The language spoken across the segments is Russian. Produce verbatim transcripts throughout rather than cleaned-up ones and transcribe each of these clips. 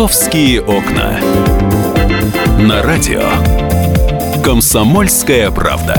«Московские окна». На радио «Комсомольская правда».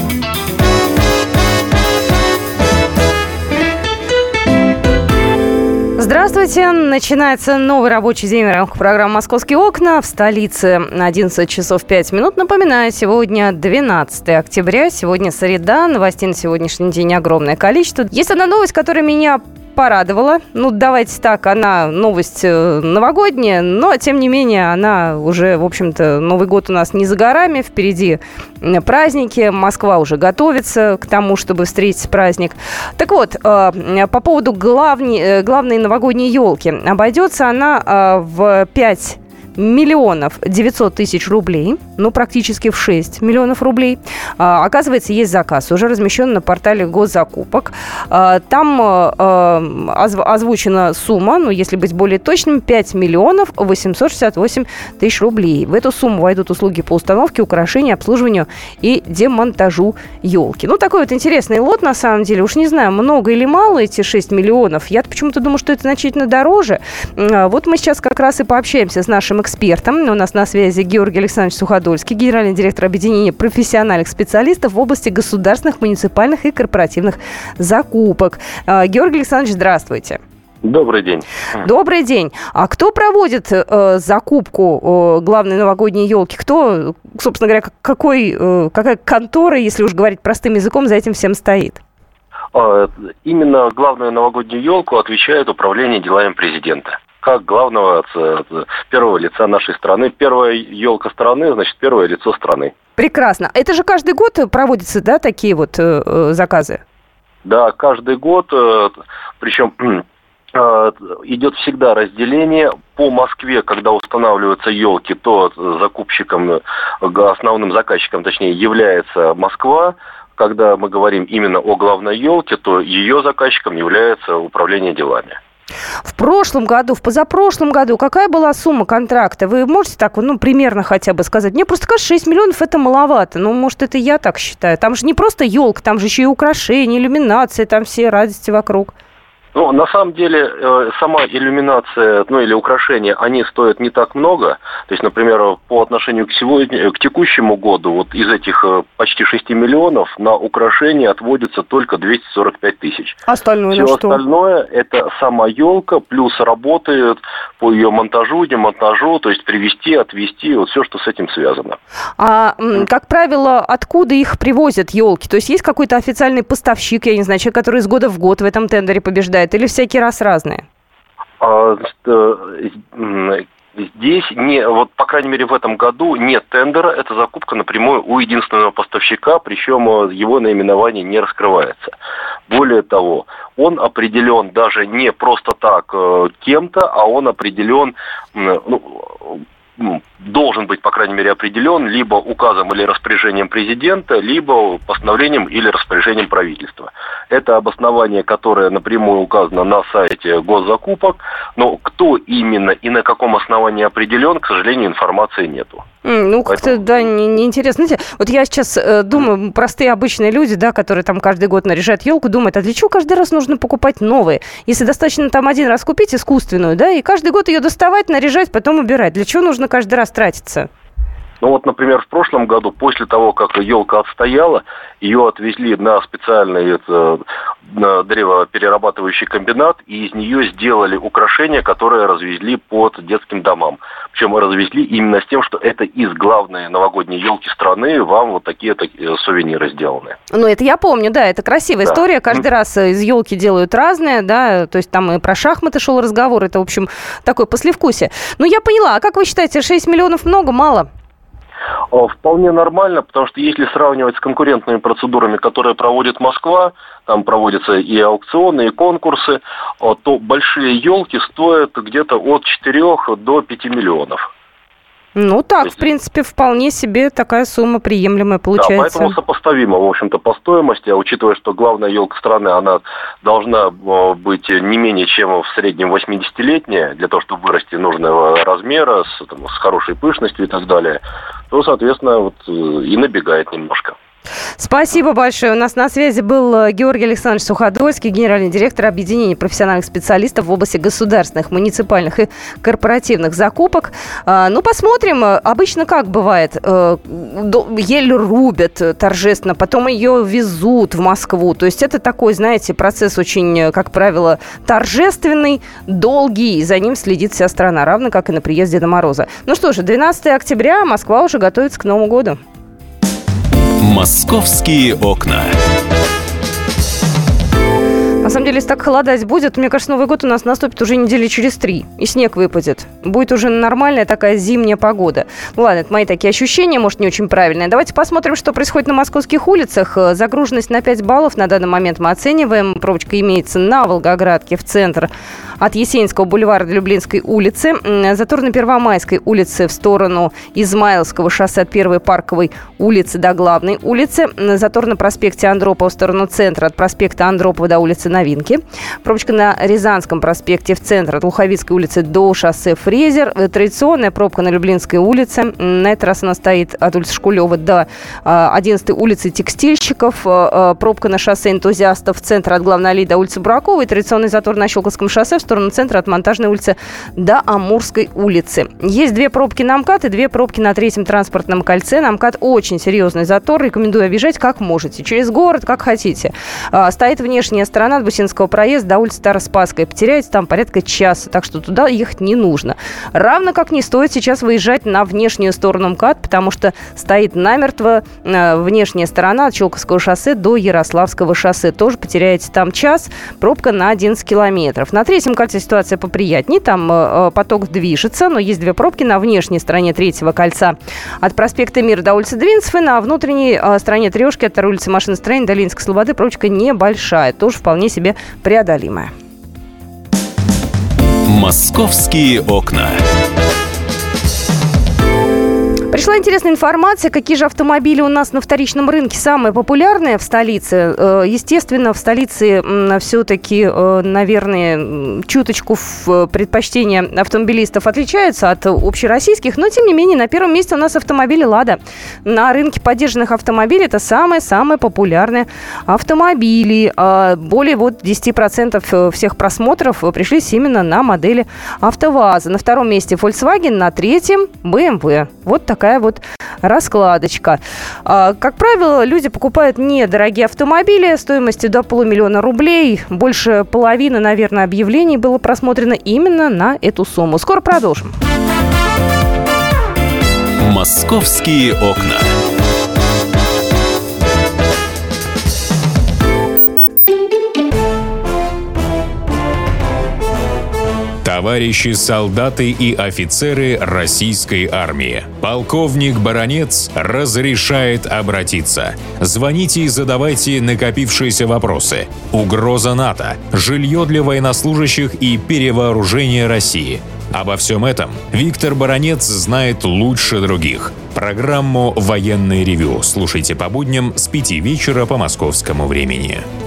Здравствуйте. Начинается новый рабочий день в рамках программы «Московские окна». В столице одиннадцать часов пять минут. Напоминаю, сегодня двенадцатое октября. Сегодня среда. Новостей на сегодняшний день огромное количество. Есть одна новость, которая меня порадовала. Ну, давайте так, она новость новогодняя, но, тем не менее, она уже, в общем-то, Новый год у нас не за горами, впереди праздники, Москва уже готовится к тому, чтобы встретить праздник. Так вот, по поводу главней, главной новогодней елки. Обойдется она в пять миллионов девятьсот тысяч рублей, ну, практически в шесть миллионов рублей. А, оказывается, есть заказ, уже размещен на портале госзакупок. А, там а, озв- озвучена сумма, ну, если быть более точным, пять миллионов восемьсот шестьдесят восемь тысяч рублей. В эту сумму войдут услуги по установке, украшению, обслуживанию и демонтажу елки. Ну, такой вот интересный лот, на самом деле. Уж не знаю, много или мало эти шесть миллионов. Я почему-то думаю, что это значительно дороже. А, вот мы сейчас как раз и пообщаемся с нашим экспертом. У нас на связи Георгий Александрович Суходольский, генеральный директор объединения профессиональных специалистов в области государственных, муниципальных и корпоративных закупок. Георгий Александрович, здравствуйте. Добрый день. Добрый день. А кто проводит э, закупку э, главной новогодней елки? Кто, собственно говоря, какой, э, какая контора, если уж говорить простым языком, за этим всем стоит? Именно главную новогоднюю елку отвечает Управление делами президента. Как главного первого лица нашей страны. Первая елка страны, значит, первое лицо страны. Прекрасно. Это же каждый год проводятся, да, такие вот э, заказы? Да, каждый год. Э, причем э, идет всегда разделение. По Москве, когда устанавливаются елки, то закупщиком, основным заказчиком, точнее, является Москва. Когда мы говорим именно о главной елке, то ее заказчиком является Управление делами. В прошлом году, в позапрошлом году какая была сумма контракта? Вы можете так, ну, примерно хотя бы сказать? Мне просто кажется, шесть миллионов это маловато. Ну, может, это я так считаю. Там же не просто елка, там же еще и украшения, иллюминация, там все радости вокруг. Ну, на самом деле, э, сама иллюминация, ну, или украшения, они стоят не так много. То есть, например, по отношению к сегодня, к текущему году, вот из этих э, почти шести миллионов на украшения отводится только двести сорок пять тысяч. Остальное Все на что? остальное – это сама елка, плюс работы по ее монтажу, демонтажу, то есть привезти, отвезти, вот все, что с этим связано. А, как правило, откуда их привозят елки? То есть, есть какой-то официальный поставщик, я не знаю, человек, который из года в год в этом тендере побеждает? Или всякий раз разные? А, здесь, не, вот, по крайней мере, в этом году нет тендера. Это закупка напрямую у единственного поставщика, причем его наименование не раскрывается. Более того, он определен даже не просто так кем-то, а он определен... Ну, должен быть, по крайней мере, определен либо указом или распоряжением президента, либо постановлением или распоряжением правительства. Это обоснование, которое напрямую указано на сайте госзакупок, но кто именно и на каком основании определен, к сожалению, информации нету. Mm, ну, как-то, Поэтому... да, неинтересно. Не Знаете, вот я сейчас э, думаю, простые обычные люди, да, которые там каждый год наряжают елку, думают, а для чего каждый раз нужно покупать новые? Если достаточно там один раз купить искусственную, да, и каждый год ее доставать, наряжать, потом убирать. Для чего нужно каждый раз тратиться? Ну вот, например, в прошлом году, после того, как елка отстояла, ее отвезли на специальный это, на древоперерабатывающий комбинат, и из нее сделали украшения, которые развезли под детским домам. Причем развезли именно с тем, что это из главной новогодней елки страны вам вот такие, такие сувениры сделаны. Ну, это я помню, да, это красивая да. история. Каждый раз из елки делают разные, да, то есть там и про шахматы шел разговор, это, в общем, такое послевкусие. Ну, я поняла, а как вы считаете, шесть миллионов много, мало? Вполне нормально, потому что если сравнивать с конкурентными процедурами, которые проводит Москва, там проводятся и аукционы, и конкурсы, то большие елки стоят где-то от четырёх до пяти миллионов. Ну так, есть, в принципе, вполне себе такая сумма приемлемая получается. Да, поэтому сопоставимо, в общем-то, по стоимости, а учитывая, что главная елка страны, она должна быть не менее чем в среднем восьмидесятилетняя, для того, чтобы вырасти нужного размера, с, там, с хорошей пышностью и так далее, то, соответственно, вот, и набегает немножко. Спасибо большое. У нас на связи был Георгий Александрович Суходольский, генеральный директор Объединения профессиональных специалистов в области государственных, муниципальных и корпоративных закупок. Ну, посмотрим. Обычно как бывает? Ель рубят торжественно, потом ее везут в Москву. То есть это такой, знаете, процесс очень, как правило, торжественный, долгий, и за ним следит вся страна, равно как и на приезд Деда Мороза. Ну что же, двенадцатое октября, Москва уже готовится к Новому году. «Московские окна». На самом деле, если так холодать будет, мне кажется, Новый год у нас наступит уже недели через три, и снег выпадет. Будет уже нормальная такая зимняя погода. Ладно, это мои такие ощущения, может, не очень правильные. Давайте посмотрим, что происходит на московских улицах. Загруженность на пять баллов на данный момент мы оцениваем. Пробочка имеется на Волгоградке в центр от Есенинского бульвара до Люблинской улицы. Затор на Первомайской улице в сторону Измайловского шоссе от Первой Парковой улицы до Главной улицы. Затор на проспекте Андропова в сторону центра от проспекта Андропова до улицы Новинки. Пробочка на Рязанском проспекте в центр от Луховицкой улицы до шоссе Фрезер. Традиционная пробка на Люблинской улице. На этот раз она стоит от улицы Шкулева до одиннадцатой улицы Текстильщиков. Пробка на шоссе Энтузиастов в центр от Главной аллеи до улицы Буракова. И традиционный затор на Щелковском шоссе в сторону центра от Монтажной улицы до Амурской улицы. Есть две пробки на МКАД и две пробки на Третьем транспортном кольце. На МКАД очень серьезный затор. Рекомендую объезжать как можете. Через город, как хотите. Стоит внешняя сторона от Бусинского проезда до улицы Староспасской. Потеряете там порядка часа, так что туда ехать не нужно. Равно как не стоит сейчас выезжать на внешнюю сторону МКАД, потому что стоит намертво э, внешняя сторона от Щелковского шоссе до Ярославского шоссе. Тоже потеряете там час. Пробка на одиннадцать километров. На Третьем кольце ситуация поприятнее. Там э, поток движется, но есть две пробки на внешней стороне Третьего кольца от проспекта Мира до улицы Двинцева. На внутренней э, стороне Трешки от второй улицы Машиностроения до Ленинской Слободы пробочка небольшая. Тоже вполне себе преодолимая. «Московские окна». Пришла интересная информация, какие же автомобили у нас на вторичном рынке самые популярные в столице. Естественно, в столице все-таки, наверное, чуточку предпочтения автомобилистов отличаются от общероссийских, но, тем не менее, на первом месте у нас автомобили «Лада». На рынке поддержанных автомобилей это самые-самые популярные автомобили. Более вот десять процентов всех просмотров пришлись именно на модели АвтоВАЗа. На втором месте Volkswagen, на третьем бэ эм вэ. Вот такая вот раскладочка. Как правило, люди покупают недорогие автомобили стоимостью до полумиллиона рублей. Больше половины, наверное, объявлений было просмотрено именно на эту сумму. Скоро продолжим. «Московские окна». Товарищи солдаты и офицеры российской армии. Полковник Баранец разрешает обратиться. Звоните и задавайте накопившиеся вопросы. Угроза НАТО, жилье для военнослужащих и перевооружение России. Обо всем этом Виктор Баранец знает лучше других. Программу «Военное ревю» слушайте по будням с пяти вечера по московскому времени.